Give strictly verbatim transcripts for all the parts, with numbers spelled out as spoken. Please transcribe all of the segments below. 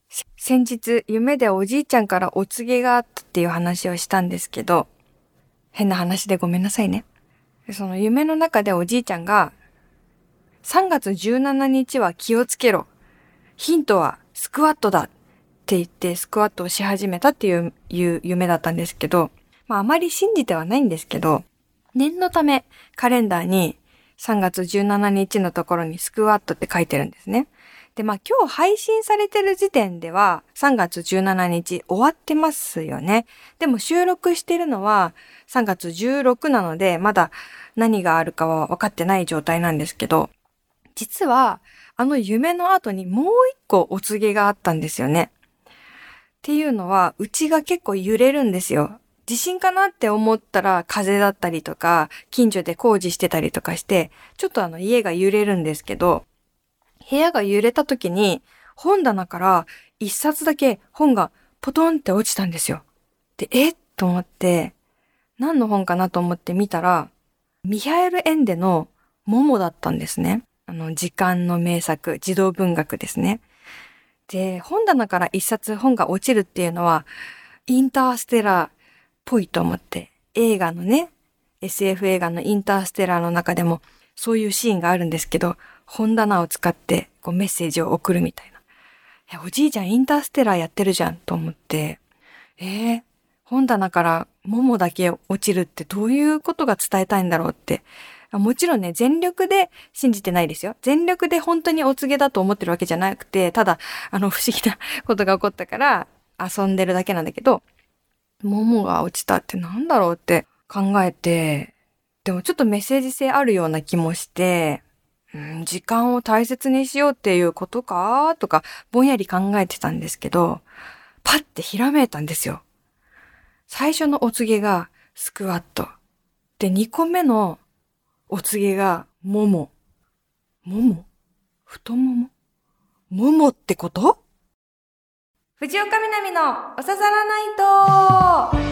先日夢でおじいちゃんからお告げがあったっていう話をしたんですけど、変な話でごめんなさいね。その夢の中でおじいちゃんがさんがつじゅうしちにちは気をつけろ。ヒントはスクワットだって言ってスクワットをし始めたっていう、いう夢だったんですけど、まああまり信じてはないんですけど、念のためカレンダーにさんがつじゅうしちにちのところにスクワットって書いてるんですね。で、まあ今日配信されてる時点ではさんがつじゅうしちにち終わってますよね。でも収録してるのはさんがつじゅうろくなのでまだ何があるかは分かってない状態なんですけど、実はあの夢の後にもう一個お告げがあったんですよね。っていうのはうちが結構揺れるんですよ。地震かなって思ったら風だったりとか近所で工事してたりとかしてちょっとあの家が揺れるんですけど、部屋が揺れた時に本棚から一冊だけ本がポトンって落ちたんですよ。で、えっと思って何の本かなと思って見たらミハエル・エンデのモモだったんですね。あの時間の名作、児童文学ですね。で、本棚から一冊本が落ちるっていうのはインターステラーっぽいと思って、映画のね、エスエフ 映画のインターステラーの中でもそういうシーンがあるんですけど、本棚を使ってこうメッセージを送るみたいな。え、おじいちゃんインターステラーやってるじゃんと思って、えー、本棚からモモだけ落ちるってどういうことが伝えたいんだろうって。もちろんね、全力で信じてないですよ。全力で本当にお告げだと思ってるわけじゃなくて、ただ、あの、不思議なことが起こったから遊んでるだけなんだけど、モモが落ちたってなんだろうって考えて、でもちょっとメッセージ性あるような気もして、うん、時間を大切にしようっていうことかとか、ぼんやり考えてたんですけど、パッてひらめいたんですよ。最初のお告げがスクワット。で、にこめのお告げがもも。もも？太もも？ももってこと？藤岡みなみのおささらないと。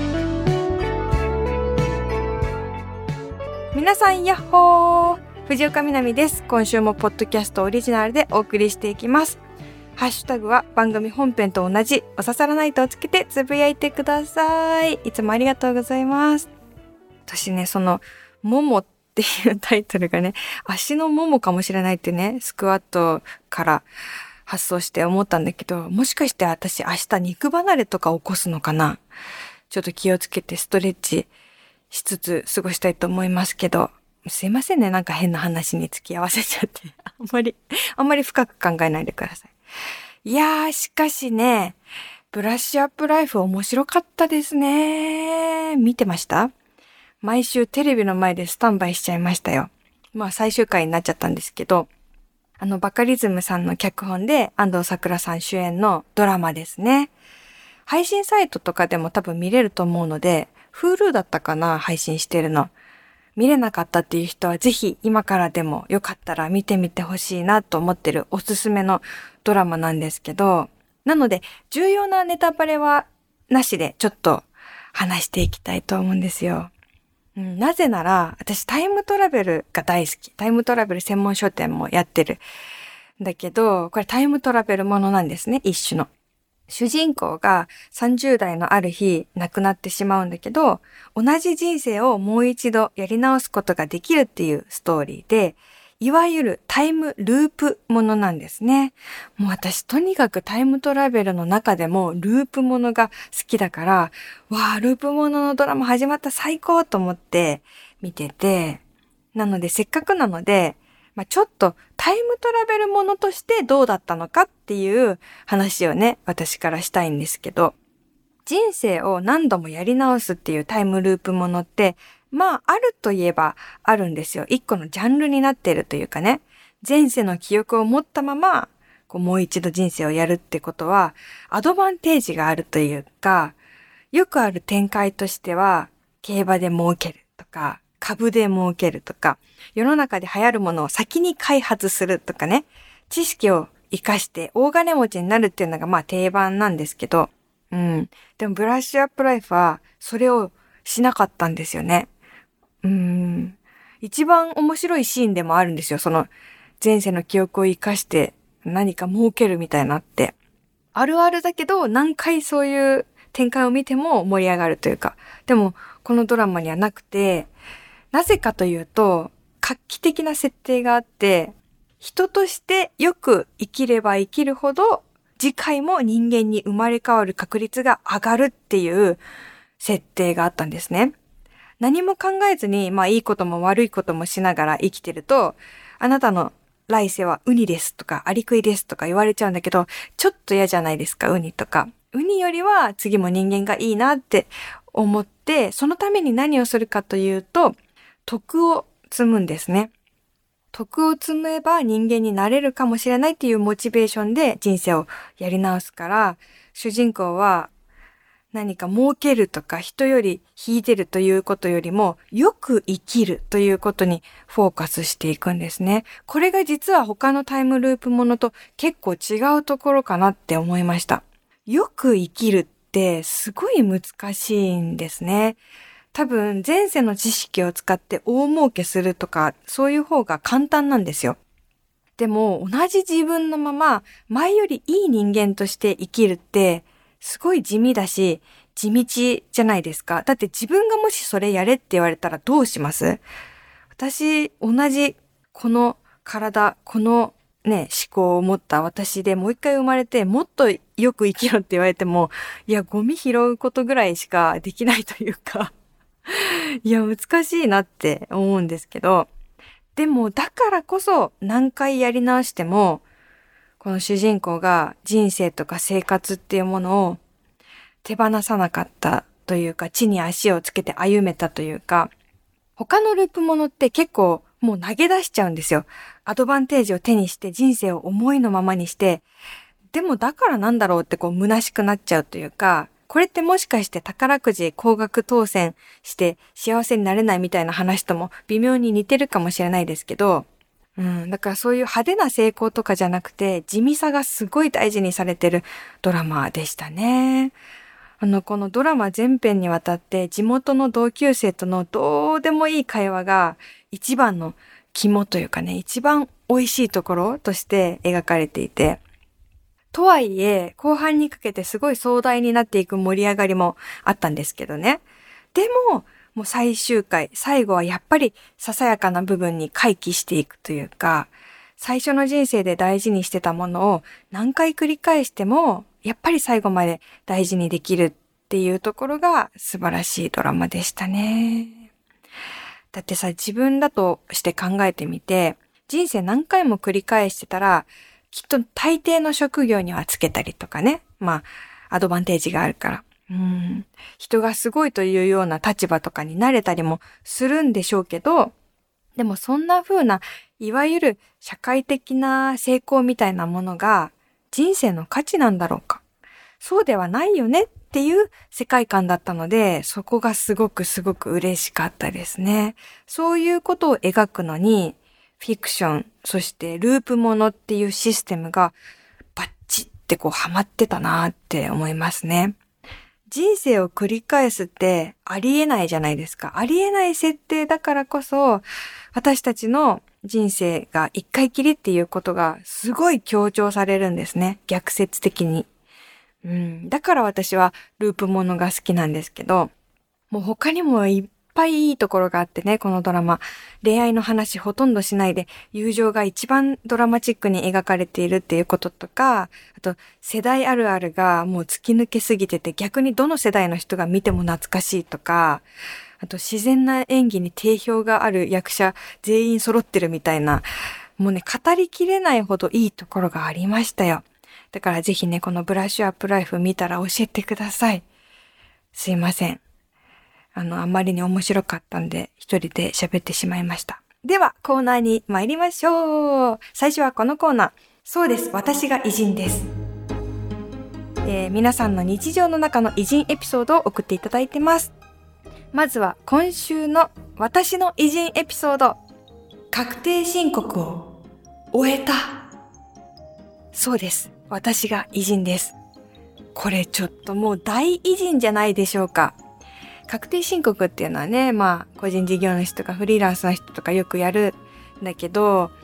皆さんやっほー。藤岡みなみです。今週もポッドキャストオリジナルでお送りしていきます。ハッシュタグは番組本編と同じおささらないとをつけてつぶやいてください。いつもありがとうございます。私ね、そのももっていうタイトルがね、足のももかもしれないってね、スクワットから発想して思ったんだけど、もしかして私明日肉離れとか起こすのかな？ちょっと気をつけてストレッチしつつ過ごしたいと思いますけど、すいませんね、なんか変な話に付き合わせちゃって。あんまり、あんまり深く考えないでください。いやー、しかしね、ブラッシュアップライフ面白かったですね。見てました？毎週テレビの前でスタンバイしちゃいましたよ。まあ最終回になっちゃったんですけど、あのバカリズムさんの脚本で安藤サクラさん主演のドラマですね。配信サイトとかでも多分見れると思うので、Hulu だったかな、配信してるの。見れなかったっていう人はぜひ今からでもよかったら見てみてほしいなと思ってるおすすめのドラマなんですけど、なので重要なネタバレはなしでちょっと話していきたいと思うんですよ。うん、なぜなら私タイムトラベルが大好き。タイムトラベル専門書店もやってる。だけど、これタイムトラベルものなんですね、一種の。主人公がさんじゅう代のある日亡くなってしまうんだけど、同じ人生をもう一度やり直すことができるっていうストーリーで、いわゆるタイムループものなんですね。もう私とにかくタイムトラベルの中でもループものが好きだから、わあ、ループもののドラマ始まった最高と思って見てて、なのでせっかくなので、まあ、ちょっとタイムトラベルものとしてどうだったのかっていう話をね、私からしたいんですけど、人生を何度もやり直すっていうタイムループものって、まあ、あるといえばあるんですよ。一個のジャンルになっているというかね、前世の記憶を持ったまま、こうもう一度人生をやるってことは、アドバンテージがあるというか、よくある展開としては、競馬で儲けるとか、株で儲けるとか、世の中で流行るものを先に開発するとかね、知識を活かして大金持ちになるっていうのがまあ定番なんですけど、うん。でもブラッシュアップライフはそれをしなかったんですよね。うーん。一番面白いシーンでもあるんですよ。その前世の記憶を活かして何か儲けるみたいなって。 あるあるだけど何回そういう展開を見ても盛り上がるというか、でもこのドラマにはなくて、なぜかというと画期的な設定があって、人としてよく生きれば生きるほど次回も人間に生まれ変わる確率が上がるっていう設定があったんですね。何も考えずに、まあいいことも悪いこともしながら生きてると、あなたの来世はウニですとかアリクイですとか言われちゃうんだけど、ちょっと嫌じゃないですか、ウニとか。ウニよりは次も人間がいいなって思って、そのために何をするかというと、徳を積むんですね。徳を積めば人間になれるかもしれないっていうモチベーションで人生をやり直すから、主人公は何か儲けるとか人より引いてるということよりもよく生きるということにフォーカスしていくんですね。これが実は他のタイムループものと結構違うところかなって思いました。よく生きるってすごい難しいんですね。多分前世の知識を使って大儲けするとかそういう方が簡単なんですよ。でも同じ自分のまま前よりいい人間として生きるってすごい地味だし地道じゃないですか。だって自分がもしそれやれって言われたらどうします？私同じこの体、このね、思考を持った私でもう一回生まれてもっとよく生きろって言われても、いやゴミ拾うことぐらいしかできないというかいや難しいなって思うんですけど、でもだからこそ何回やり直してもこの主人公が人生とか生活っていうものを手放さなかったというか、地に足をつけて歩めたというか、他のループものって結構もう投げ出しちゃうんですよ。アドバンテージを手にして人生を思いのままにして、でもだからなんだろうってこう虚しくなっちゃうというか、これってもしかして宝くじ高額当選して幸せになれないみたいな話とも微妙に似てるかもしれないですけど、うん、だからそういう派手な成功とかじゃなくて地味さがすごい大事にされてるドラマでしたね。あの、このドラマ全編にわたって地元の同級生とのどうでもいい会話が一番の肝というかね、一番美味しいところとして描かれていて、とはいえ、後半にかけてすごい壮大になっていく盛り上がりもあったんですけどね。でも、もう最終回、最後はやっぱりささやかな部分に回帰していくというか、最初の人生で大事にしてたものを何回繰り返しても、やっぱり最後まで大事にできるっていうところが素晴らしいドラマでしたね。だってさ、自分だとして考えてみて、人生何回も繰り返してたら、きっと大抵の職業にはつけたりとかね。まあ、アドバンテージがあるから。うん。人がすごいというような立場とかになれたりもするんでしょうけど、でもそんな風な、いわゆる社会的な成功みたいなものが人生の価値なんだろうか。そうではないよねっていう世界観だったので、そこがすごくすごく嬉しかったですね。そういうことを描くのに、フィクション、そしてループものっていうシステムがバッチってこうハマってたなって思いますね。人生を繰り返すってありえないじゃないですか。ありえない設定だからこそ、私たちの人生が一回きりっていうことがすごい強調されるんですね。逆説的に。うん、だから私はループものが好きなんですけど、もう他にもいっぱいいいところがあってね、このドラマ。恋愛の話ほとんどしないで、友情が一番ドラマチックに描かれているっていうこととか、あと世代あるあるがもう突き抜けすぎてて、逆にどの世代の人が見ても懐かしいとか、あと自然な演技に定評がある役者全員揃ってるみたいな、もうね、語りきれないほどいいところがありましたよ。だからぜひね、このブラッシュアップライフ見たら教えてください。すいません。あの、あまりに面白かったんで、一人で喋ってしまいました。では、コーナーに参りましょう。最初はこのコーナー。そうです。私が偉人です。えー、皆さんの日常の中の偉人エピソードを送っていただいてます。まずは今週の私の偉人エピソード。確定申告を終えた。そうです。私が偉人です。これちょっともう大偉人じゃないでしょうか。確定申告っていうのはね、まあ個人事業主とかフリーランスの人とかよくやるんだけど、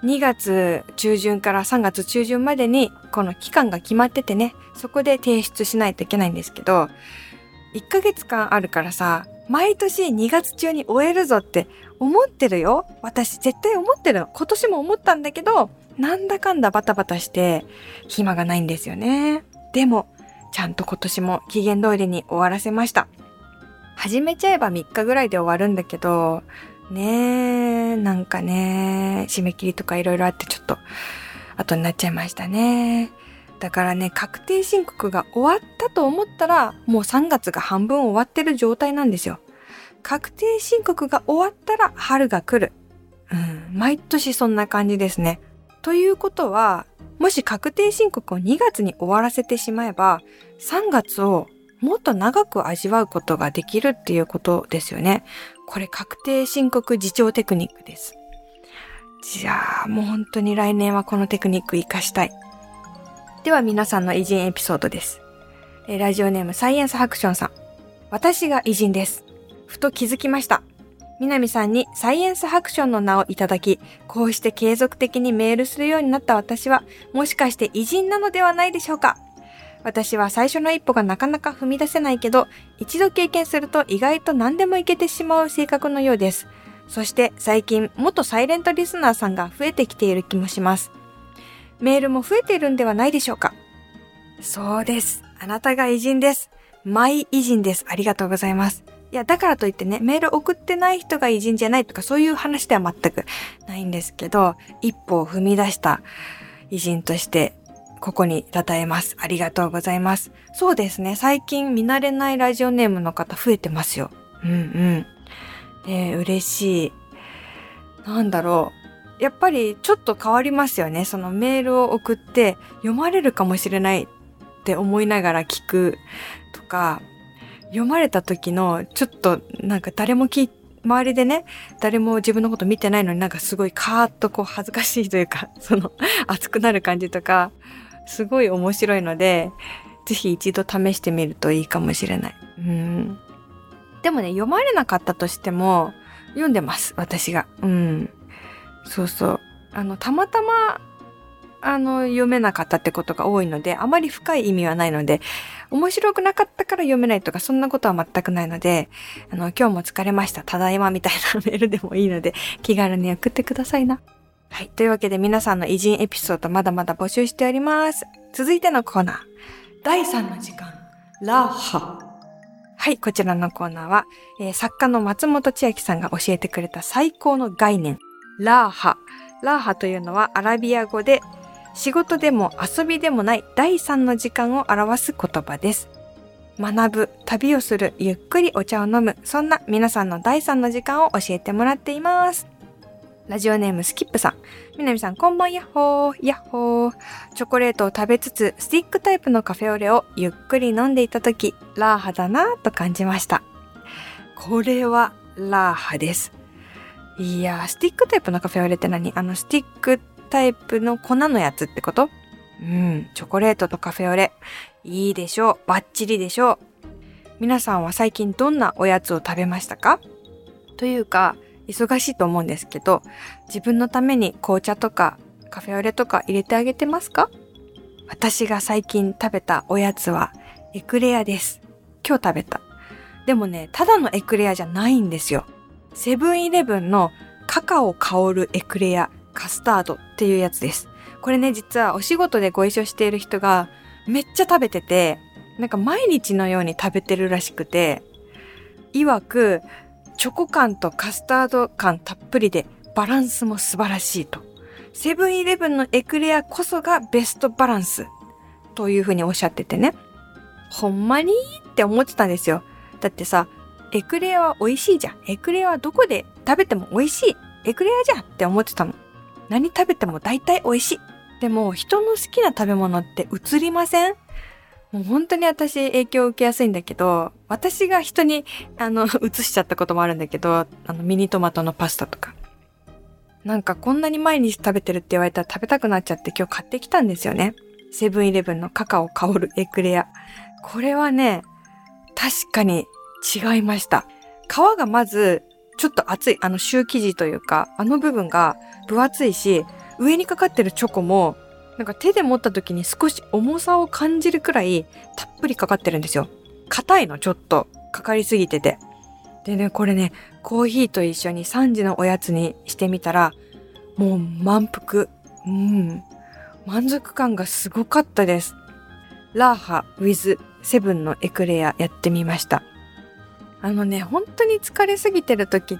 にがつ中旬からさんがつ中旬までにこの期間が決まっててね、そこで提出しないといけないんですけど、いっかげつかんあるからさ、毎年にがつ中に終えるぞって思ってるよ。私絶対思ってるの。今年も思ったんだけど、なんだかんだバタバタして暇がないんですよね。でも、ちゃんと今年も期限通りに終わらせました。始めちゃえばみっかぐらいで終わるんだけど、ねえ、なんかね、締め切りとかいろいろあってちょっと後になっちゃいましたね。だからね、確定申告が終わったと思ったら、もうさんがつが半分終わってる状態なんですよ。確定申告が終わったら春が来る。うん、毎年そんな感じですね。ということは、もし確定申告をにがつに終わらせてしまえば、さんがつをもっと長く味わうことができるっていうことですよね。これ確定申告自重テクニックです。じゃあ、もう本当に来年はこのテクニック活かしたい。では皆さんの偉人エピソードです。えラジオネームサイエンスハクションさん。私が偉人です。ふと気づきました。南さんにサイエンスハクションの名をいただき、こうして継続的にメールするようになった私は、もしかして偉人なのではないでしょうか。私は最初の一歩がなかなか踏み出せないけど、一度経験すると意外と何でもいけてしまう性格のようです。そして最近、元サイレントリスナーさんが増えてきている気もします。メールも増えているんではないでしょうか。そうです。あなたが偉人です。マイ偉人です。ありがとうございます。いや、だからといってね、メール送ってない人が偉人じゃないとかそういう話では全くないんですけど、一歩を踏み出した偉人として、ここに称えます。ありがとうございます。そうですね。最近見慣れないラジオネームの方増えてますよ。うんうん。えー、嬉しい。なんだろう。やっぱりちょっと変わりますよね。そのメールを送って読まれるかもしれないって思いながら聞くとか、読まれた時のちょっとなんか誰も聞い周りでね、誰も自分のこと見てないのになんかすごいカーッとこう恥ずかしいというか、その熱くなる感じとか、すごい面白いので、ぜひ一度試してみるといいかもしれない。うん。でもね、読まれなかったとしても、読んでます、私が。うん。そうそう。あの、たまたま、あの、読めなかったってことが多いので、あまり深い意味はないので、面白くなかったから読めないとか、そんなことは全くないので、あの、今日も疲れました、ただいまみたいなメールでもいいので、気軽に送ってくださいな。はい。というわけで皆さんの偉人エピソードまだまだ募集しております。続いてのコーナー。だいさんの時間。ラーハ。はい。こちらのコーナーは、えー、作家の松本千秋さんが教えてくれた最高の概念。ラーハ。ラーハというのはアラビア語で、仕事でも遊びでもないだいさんの時間を表す言葉です。学ぶ、旅をする、ゆっくりお茶を飲む、そんな皆さんのだいさんの時間を教えてもらっています。ラジオネームスキップさん。みなみさんこんばんやっほー、やっほー。チョコレートを食べつつ、スティックタイプのカフェオレをゆっくり飲んでいたとき、ラーハだなぁと感じました。これはラーハです。いやー、スティックタイプのカフェオレって何？あのスティックタイプの粉のやつってこと？うん、チョコレートとカフェオレ。いいでしょう。バッチリでしょう。皆さんは最近どんなおやつを食べましたか？というか、忙しいと思うんですけど、自分のために紅茶とかカフェオレとか入れてあげてますか？私が最近食べたおやつはエクレアです。今日食べた。でもね、ただのエクレアじゃないんですよ。セブンイレブンのカカオ香るエクレアカスタードっていうやつです。これね、実はお仕事でご一緒している人がめっちゃ食べてて、なんか毎日のように食べてるらしくて、曰くチョコ感とカスタード感たっぷりでバランスも素晴らしいと。セブンイレブンのエクレアこそがベストバランスというふうにおっしゃっててね。ほんまにって思ってたんですよ。だってさ、エクレアは美味しいじゃん。エクレアはどこで食べても美味しい。エクレアじゃんって思ってたの。何食べても大体美味しい。でも人の好きな食べ物って移りません？もう本当に私影響を受けやすいんだけど、私が人にあの移しちゃったこともあるんだけど、あのミニトマトのパスタとか。なんかこんなに毎日食べてるって言われたら食べたくなっちゃって今日買ってきたんですよね。セブンイレブンのカカオ香るエクレア。これはね、確かに違いました。皮がまずちょっと厚い、あのシュー生地というか、あの部分が分厚いし、 上にかかってるチョコもなんか手で持った時に少し重さを感じるくらいたっぷりかかってるんですよ。硬いの、ちょっとかかりすぎてて。でね、これね、コーヒーと一緒にさんじのおやつにしてみたら、もう満腹。うん。満足感がすごかったです。ラーハ with セブンのエクレアやってみました。あのね、本当に疲れすぎてる時って、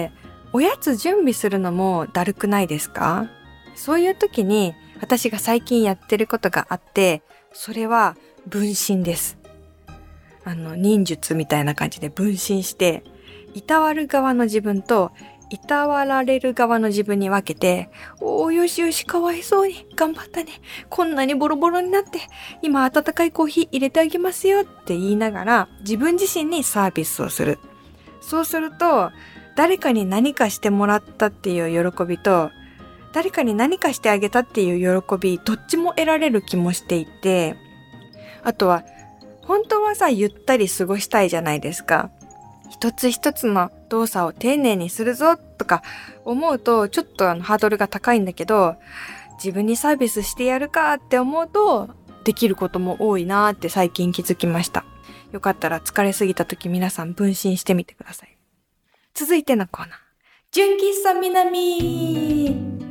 おやつ準備するのもだるくないですか？そういう時に私が最近やってることがあって、それは分身です。あの、忍術みたいな感じで分身して、いたわる側の自分といたわられる側の自分に分けて、おーよしよし、かわいそうに頑張ったね、こんなにボロボロになって今温かいコーヒー入れてあげますよって言いながら自分自身にサービスをする。そうすると誰かに何かしてもらったっていう喜びと、誰かに何かしてあげたっていう喜び、どっちも得られる気もしていて、あとは本当はさ、ゆったり過ごしたいじゃないですか。一つ一つの動作を丁寧にするぞとか思うとちょっとあのハードルが高いんだけど、自分にサービスしてやるかって思うとできることも多いなーって最近気づきました。よかったら疲れすぎた時皆さん分身してみてください。続いてのコーナー、純喫茶みなみ。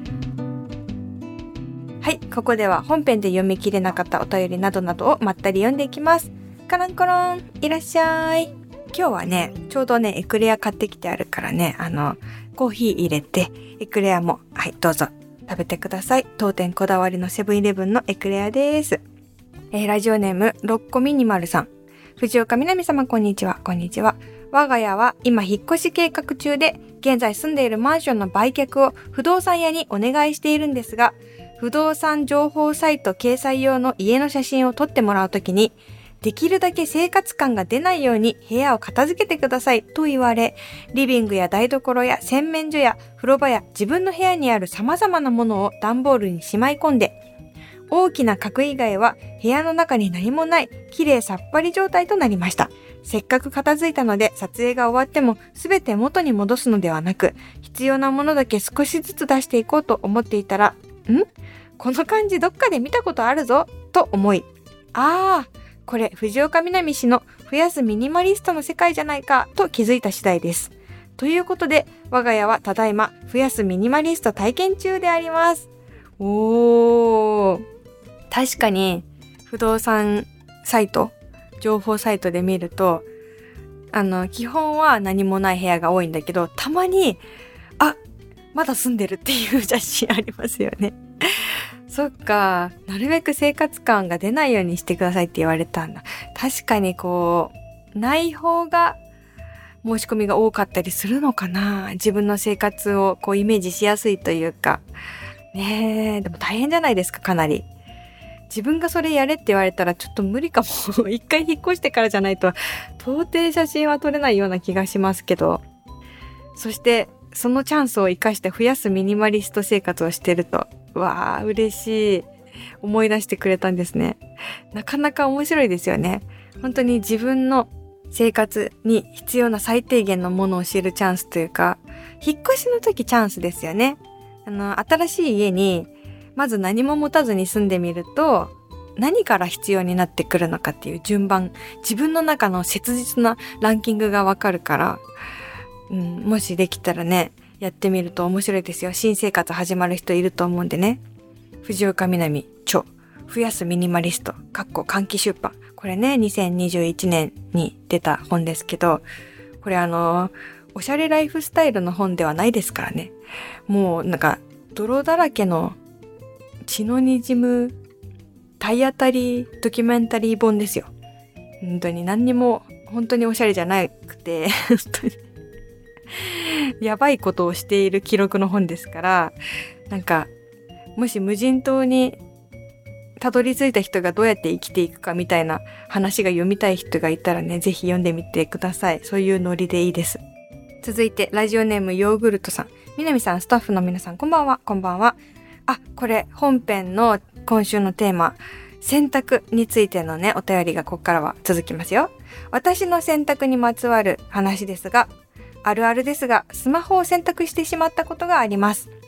はい、ここでは本編で読み切れなかったお便りなどなどをまったり読んでいきます。カランコロン、いらっしゃい。今日はね、ちょうどね、エクレア買ってきてあるからね、あの、コーヒー入れて、エクレアも、はい、どうぞ、食べてください。当店こだわりのセブンイレブンのエクレアです。えー、ラジオネーム、ろっこミニマルさん。藤岡みなみ様、こんにちは。こんにちは。我が家は今、引っ越し計画中で、現在住んでいるマンションの売却を不動産屋にお願いしているんですが、不動産情報サイト掲載用の家の写真を撮ってもらうときに、できるだけ生活感が出ないように部屋を片付けてくださいと言われ、リビングや台所や洗面所や風呂場や自分の部屋にある様々なものを段ボールにしまい込んで、大きな家具以外は部屋の中に何もない綺麗さっぱり状態となりました。せっかく片付いたので撮影が終わっても全て元に戻すのではなく、必要なものだけ少しずつ出していこうと思っていたら、ん?この感じどっかで見たことあるぞと思い、あー、これ藤岡みなみ氏の増やすミニマリストの世界じゃないかと気づいた次第です。ということで我が家はただいま増やすミニマリスト体験中であります。おー、確かに不動産サイト、情報サイトで見ると、あの基本は何もない部屋が多いんだけど、たまにあ、まだ住んでるっていう写真ありますよね。そっか、なるべく生活感が出ないようにしてくださいって言われたんだ。確かにこうない方が申し込みが多かったりするのかな。自分の生活をこうイメージしやすいというかね。えでも大変じゃないですか、かなり。自分がそれやれって言われたらちょっと無理かも。一回引っ越してからじゃないと到底写真は撮れないような気がしますけど、そしてそのチャンスを生かして増やすミニマリスト生活をしてると、わー嬉しい、思い出してくれたんですね。なかなか面白いですよね。本当に自分の生活に必要な最低限のものを知るチャンスというか、引っ越しの時チャンスですよね。あの新しい家にまず何も持たずに住んでみると、何から必要になってくるのかっていう順番、自分の中の切実なランキングがわかるから、うん、もしできたらね、やってみると面白いですよ。新生活始まる人いると思うんでね。藤岡みなみ著増やすミニマリスト（換気出版）、これねにせんにじゅういちねんに出た本ですけど、これあのおしゃれライフスタイルの本ではないですからね。もうなんか泥だらけの血の滲む体当たりドキュメンタリー本ですよ。本当に何にも本当におしゃれじゃなくて本当にやばいことをしている記録の本ですから、なんかもし無人島にたどり着いた人がどうやって生きていくかみたいな話が読みたい人がいたらね、ぜひ読んでみてください。そういうノリでいいです。続いてラジオネームヨーグルトさん。みなみさん、スタッフの皆さん、こんばんは。こんばんは。あ、これ本編の今週のテーマ、洗濯についてのねお便りがここからは続きますよ。私の洗濯にまつわる話ですが、あるあるですがスマホを洗濯してしまったことがあります。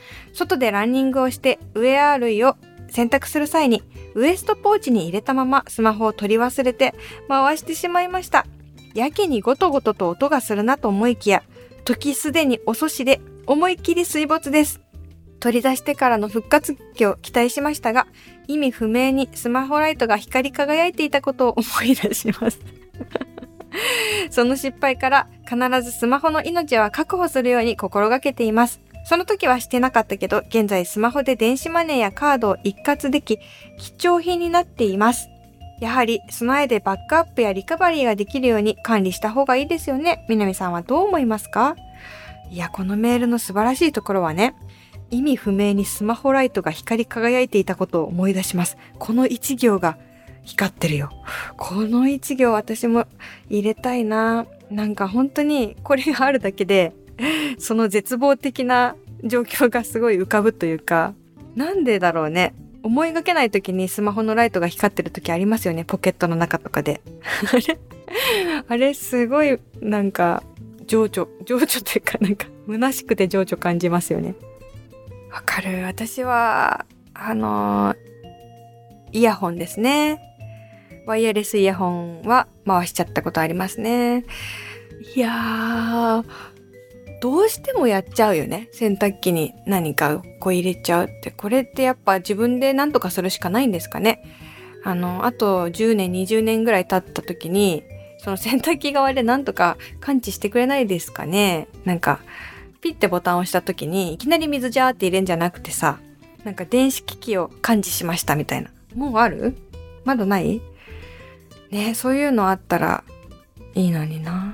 外でランニングをしてウェア類を洗濯する際にウエストポーチに入れたままスマホを取り忘れて回してしまいました。やけにゴトゴトと音がするなと思いきや、時すでに遅しで思いっきり水没です。取り出してからの復活劇を期待しましたが、意味不明にスマホライトが光り輝いていたことを思い出します。その失敗から必ずスマホの命は確保するように心がけています。その時はしてなかったけど、現在スマホで電子マネーやカードを一括でき、貴重品になっています。やはり備えでバックアップやリカバリーができるように管理した方がいいですよね。みなみさんはどう思いますか？いや、このメールの素晴らしいところはね、意味不明にスマホライトが光り輝いていたことを思い出します。この一行が光ってるよ。この一行私も入れたいな。なんか本当にこれがあるだけで、その絶望的な状況がすごい浮かぶというか、なんでだろうね。思いがけない時にスマホのライトが光ってる時ありますよね。ポケットの中とかで。あれあれすごいなんか情緒、情緒というかなんか虚しくて情緒感じますよね。わかる。私は、あのー、イヤホンですね。ワイヤレスイヤホンは回しちゃったことありますね。いやー、どうしてもやっちゃうよね。洗濯機に何かこう入れちゃうって。これってやっぱ自分で何とかするしかないんですかね。あの、あとじゅうねん、にじゅうねんぐらい経った時に、その洗濯機側で何とか感知してくれないですかね。なんか、ピッてボタンを押した時に、いきなり水ジャーって入れんじゃなくてさ、なんか電子機器を感知しましたみたいな。もうある？まだない？ね、そういうのあったらいいのにな。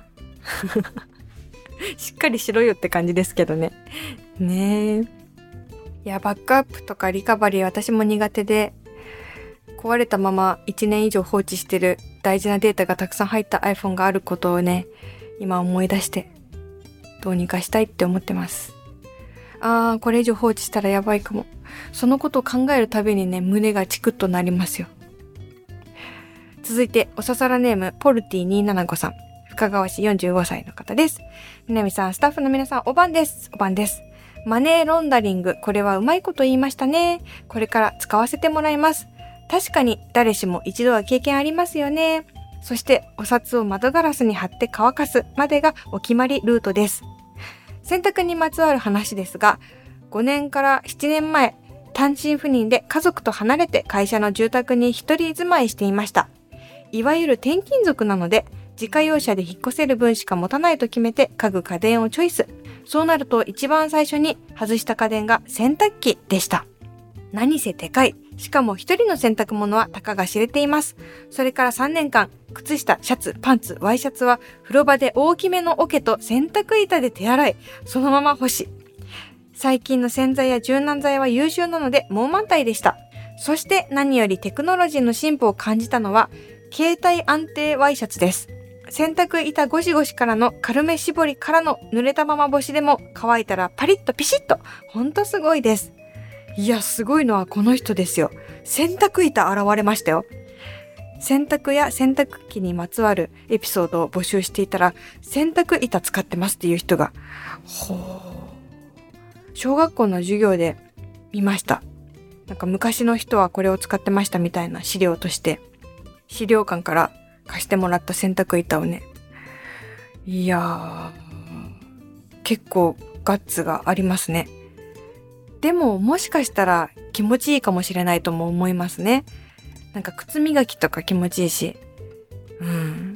しっかりしろよって感じですけどね。ねえ。いや、バックアップとかリカバリー私も苦手で、壊れたままいちねん以上放置してる大事なデータがたくさん入った iPhone があることをね、今思い出して、どうにかしたいって思ってます。あー、これ以上放置したらやばいかも。そのことを考えるたびにね、胸がチクッとなりますよ。続いて、おささらネーム、ポルティにーななごさん。深川市よんじゅうごさいの方です。みなみさん、スタッフの皆さん、お晩です。お晩です。マネーロンダリング、これはうまいこと言いましたね。これから使わせてもらいます。確かに、誰しも一度は経験ありますよね。そして、お札を窓ガラスに貼って乾かすまでがお決まりルートです。洗濯にまつわる話ですが、ごねんからななねんまえ、単身赴任で家族と離れて会社の住宅に一人住まいしていました。いわゆる転勤族なので、自家用車で引っ越せる分しか持たないと決めて家具家電をチョイス。そうなると一番最初に外した家電が洗濯機でした。何せでかい。しかも一人の洗濯物はたかが知れています。それからさんねんかん、靴下、シャツ、パンツ、ワイシャツは風呂場で大きめの桶と洗濯板で手洗い、そのまま干し。最近の洗剤や柔軟剤は優秀なので猛満体でした。そして何よりテクノロジーの進歩を感じたのは、携帯安定ワイシャツです。洗濯板ゴシゴシからの軽め絞りからの濡れたまま干しでも乾いたらパリッとピシッと。ほんとすごいです。いや、すごいのはこの人ですよ。洗濯板現れましたよ。洗濯や洗濯機にまつわるエピソードを募集していたら、洗濯板使ってますっていう人が、ほー。小学校の授業で見ました。なんか昔の人はこれを使ってましたみたいな資料として、資料館から貸してもらった洗濯板をね。いやー、結構ガッツがありますね。でももしかしたら気持ちいいかもしれないとも思いますね。なんか靴磨きとか気持ちいいし。うん。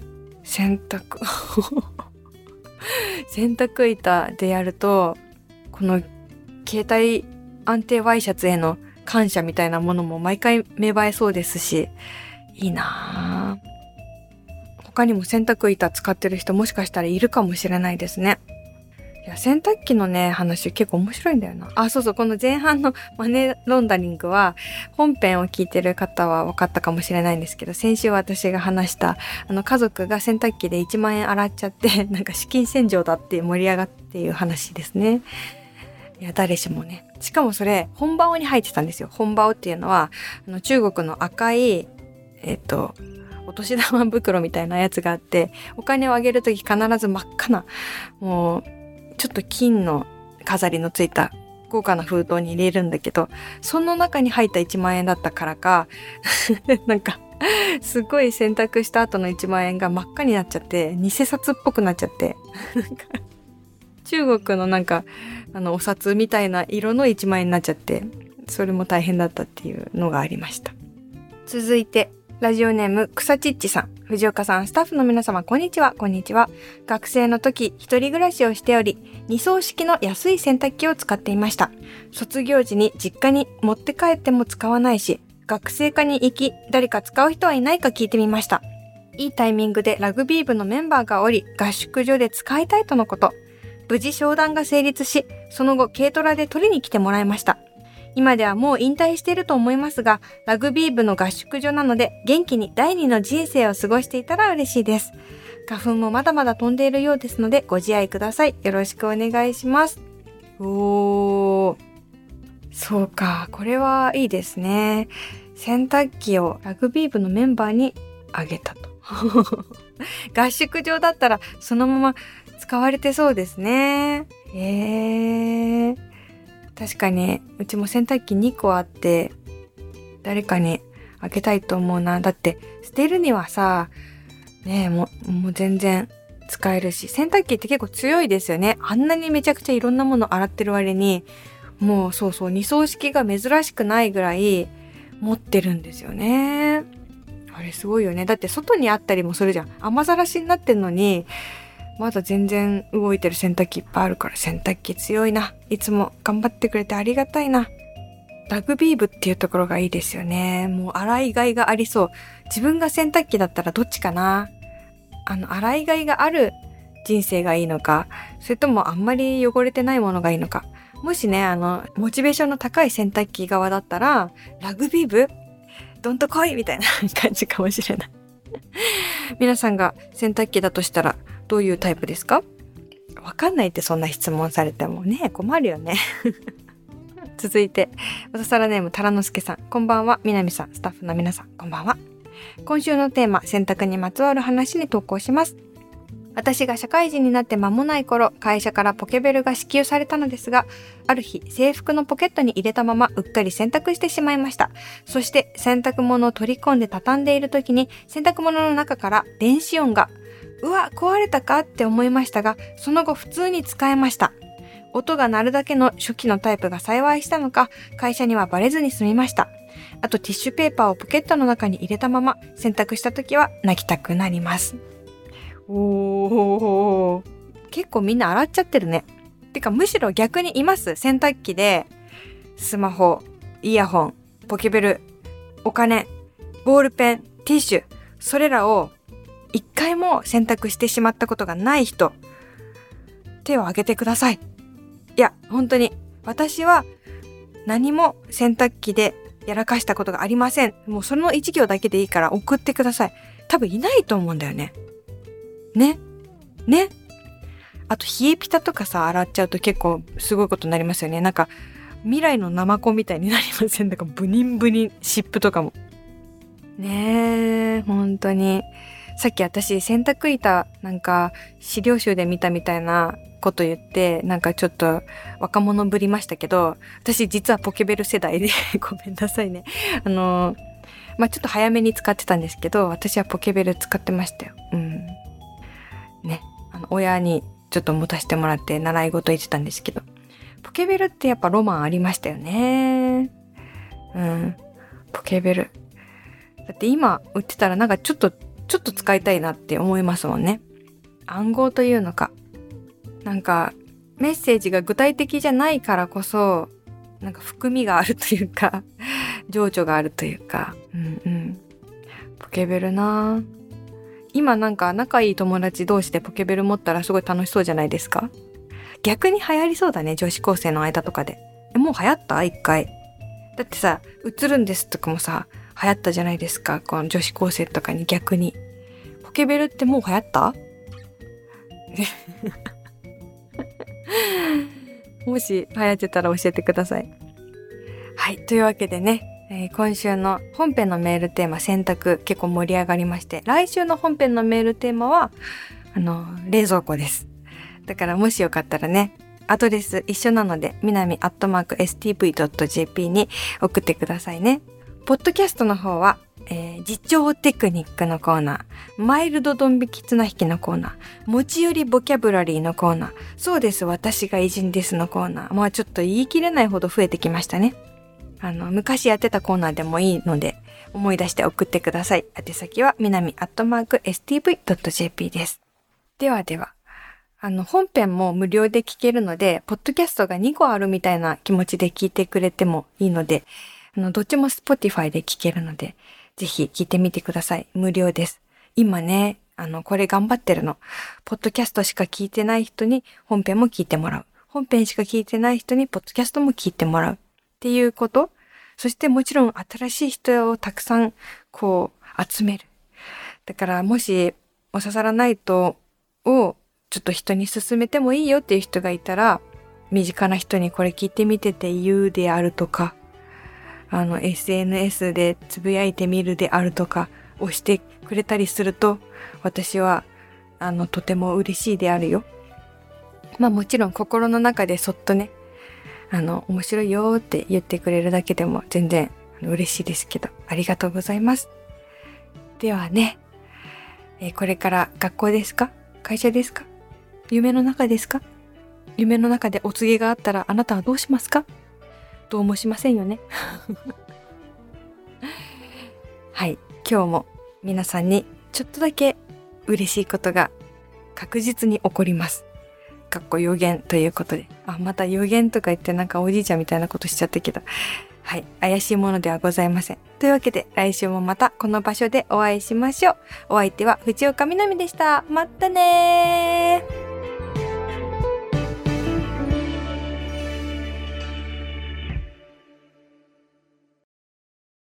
洗濯。洗濯板でやると、この携帯安定ワイシャツへの感謝みたいなものも毎回芽生えそうですし、いいなぁ。他にも洗濯板使ってる人もしかしたらいるかもしれないですね。いや、洗濯機のね、話結構面白いんだよな。あ、そうそう、この前半のマネーロンダリングは、本編を聞いてる方は分かったかもしれないんですけど、先週私が話した、あの家族が洗濯機でいちまんえん洗っちゃって、なんか資金洗浄だって盛り上がっていう話ですね。いや、誰しもね。しかもそれ、本バオに入ってたんですよ。本バオっていうのは、あの中国の赤い、えっと、お年玉袋みたいなやつがあって、お金をあげるとき必ず真っ赤な、もう、ちょっと金の飾りのついた豪華な封筒に入れるんだけど、その中に入ったいちまん円だったからかなんかすごい洗濯した後のいちまん円が真っ赤になっちゃって、偽札っぽくなっちゃってなんか中国のなんかあのお札みたいな色のいちまん円になっちゃって、それも大変だったっていうのがありました。続いてラジオネーム草ちっちさん、藤岡さん、スタッフの皆様こんにちは。こんにちは。学生の時一人暮らしをしており、二層式の安い洗濯機を使っていました。卒業時に実家に持って帰っても使わないし、学生課に行き誰か使う人はいないか聞いてみました。いいタイミングでラグビー部のメンバーがおり、合宿所で使いたいとのこと。無事商談が成立し、その後軽トラで取りに来てもらいました。今ではもう引退していると思いますが、ラグビー部の合宿所なので元気に第二の人生を過ごしていたら嬉しいです。花粉もまだまだ飛んでいるようですのでご自愛ください。よろしくお願いします。おー、そうか、これはいいですね。洗濯機をラグビー部のメンバーにあげたと合宿場だったらそのまま使われてそうですね。へー、確かにうちも洗濯機にこあって誰かにあげたいと思うな。だって捨てるにはさ、ねえ、もう、もう全然使えるし、洗濯機って結構強いですよね。あんなにめちゃくちゃいろんなもの洗ってる割に、もうそうそう二層式が珍しくないぐらい持ってるんですよね。あれすごいよね。だって外にあったりもするじゃん。雨ざらしになってんのにまだ全然動いてる洗濯機いっぱいあるから、洗濯機強いな。いつも頑張ってくれてありがたいな。ラグビー部っていうところがいいですよね。もう洗いがいがありそう。自分が洗濯機だったらどっちかな。あの洗いがいがある人生がいいのか、それともあんまり汚れてないものがいいのか。もしね、あのモチベーションの高い洗濯機側だったらラグビー部どんと来いみたいな感じかもしれない皆さんが洗濯機だとしたらどういうタイプですか？わかんないってそんな質問されてもね、困るよね続いておささらネームたらのすけさん、こんばんは。みなみさん、スタッフの皆さんこんばんは。今週のテーマ、洗濯にまつわる話に投稿します。私が社会人になって間もない頃、会社からポケベルが支給されたのですが、ある日制服のポケットに入れたままうっかり洗濯してしまいました。そして洗濯物を取り込んで畳んでいる時に洗濯物の中から電子音が、うわ、壊れたかって思いましたが、その後普通に使えました。音が鳴るだけの初期のタイプが幸いしたのか、会社にはバレずに済みました。あとティッシュペーパーをポケットの中に入れたまま洗濯した時は泣きたくなります。おー、結構みんな洗っちゃってるね。てかむしろ逆にいます。洗濯機でスマホ、イヤホン、ポケベル、お金、ボールペン、ティッシュ、それらを一回も洗濯してしまったことがない人、手を挙げてください。いや、本当に私は何も洗濯機でやらかしたことがありません。もうその一行だけでいいから送ってください。多分いないと思うんだよね。ね。ね。あと冷えピタとかさ、洗っちゃうと結構すごいことになりますよね。なんか未来のナマコみたいになりません？なんかブニンブニン湿布とかも。ねえ、本当に。さっき私洗濯板なんか資料集で見たみたいなこと言ってなんかちょっと若者ぶりましたけど、私実はポケベル世代でごめんなさいね。あのまあ、ちょっと早めに使ってたんですけど、私はポケベル使ってましたよ。うん。ね、あの親にちょっと持たせてもらって習い事行ってたんですけど、ポケベルってやっぱロマンありましたよね。うん、ポケベル。だって今売ってたらなんかちょっとちょっと使いたいなって思いますもんね。暗号というのか、なんかメッセージが具体的じゃないからこそなんか含みがあるというか情緒があるというか、うんうん。ポケベルな。今なんか仲いい友達同士でポケベル持ったらすごい楽しそうじゃないですか？逆に流行りそうだね、女子高生の間とかで。え、もう流行った？一回。だってさ、映るんですとかもさ、流行ったじゃないですか。この女子高生とかに逆に。ポケベルってもう流行った？もし流行ってたら教えてください。はい、というわけでね、えー、今週の本編のメールテーマ洗濯結構盛り上がりまして、来週の本編のメールテーマはあの冷蔵庫です。だからもしよかったらね、 アドレス一緒なので、みなみアットマーク エスティーブイドットジェーピー に送ってくださいね。ポッドキャストの方は、えー、自重テクニックのコーナー、マイルドドン引き綱引きのコーナー、持ち寄りボキャブラリーのコーナー、そうです私が偉人ですのコーナー、まあちょっと言い切れないほど増えてきましたね。あの、昔やってたコーナーでもいいので、思い出して送ってください。宛先はみなみアットマーク エスティーブイドットジェーピー です。ではでは、あの、本編も無料で聞けるので、ポッドキャストがにこあるみたいな気持ちで聞いてくれてもいいので、あの、どっちも Spotify で聞けるので、ぜひ聞いてみてください。無料です。今ね、あの、これ頑張ってるの。ポッドキャストしか聞いてない人に本編も聞いてもらう。本編しか聞いてない人にポッドキャストも聞いてもらう。っていうこと。そしてもちろん新しい人をたくさんこう集める。だからもしおささらナイトをちょっと人に勧めてもいいよっていう人がいたら、身近な人にこれ聞いてみてて言うであるとか、あの エスエヌエス でつぶやいてみるであるとかをしてくれたりすると、私はあのとても嬉しいであるよ。まあもちろん心の中でそっとね、あの面白いよって言ってくれるだけでも全然嬉しいですけど、ありがとうございます。ではね、えー、これから学校ですか？会社ですか？夢の中ですか？夢の中でお告げがあったらあなたはどうしますか？どうもしませんよね。はい、今日も皆さんにちょっとだけ嬉しいことが確実に起こります。かっこ予言ということで。あ、また予言とか言ってなんかおじいちゃんみたいなことしちゃったけど。はい、怪しいものではございません。というわけで来週もまたこの場所でお会いしましょう。お相手は藤岡みなみでした。またねー。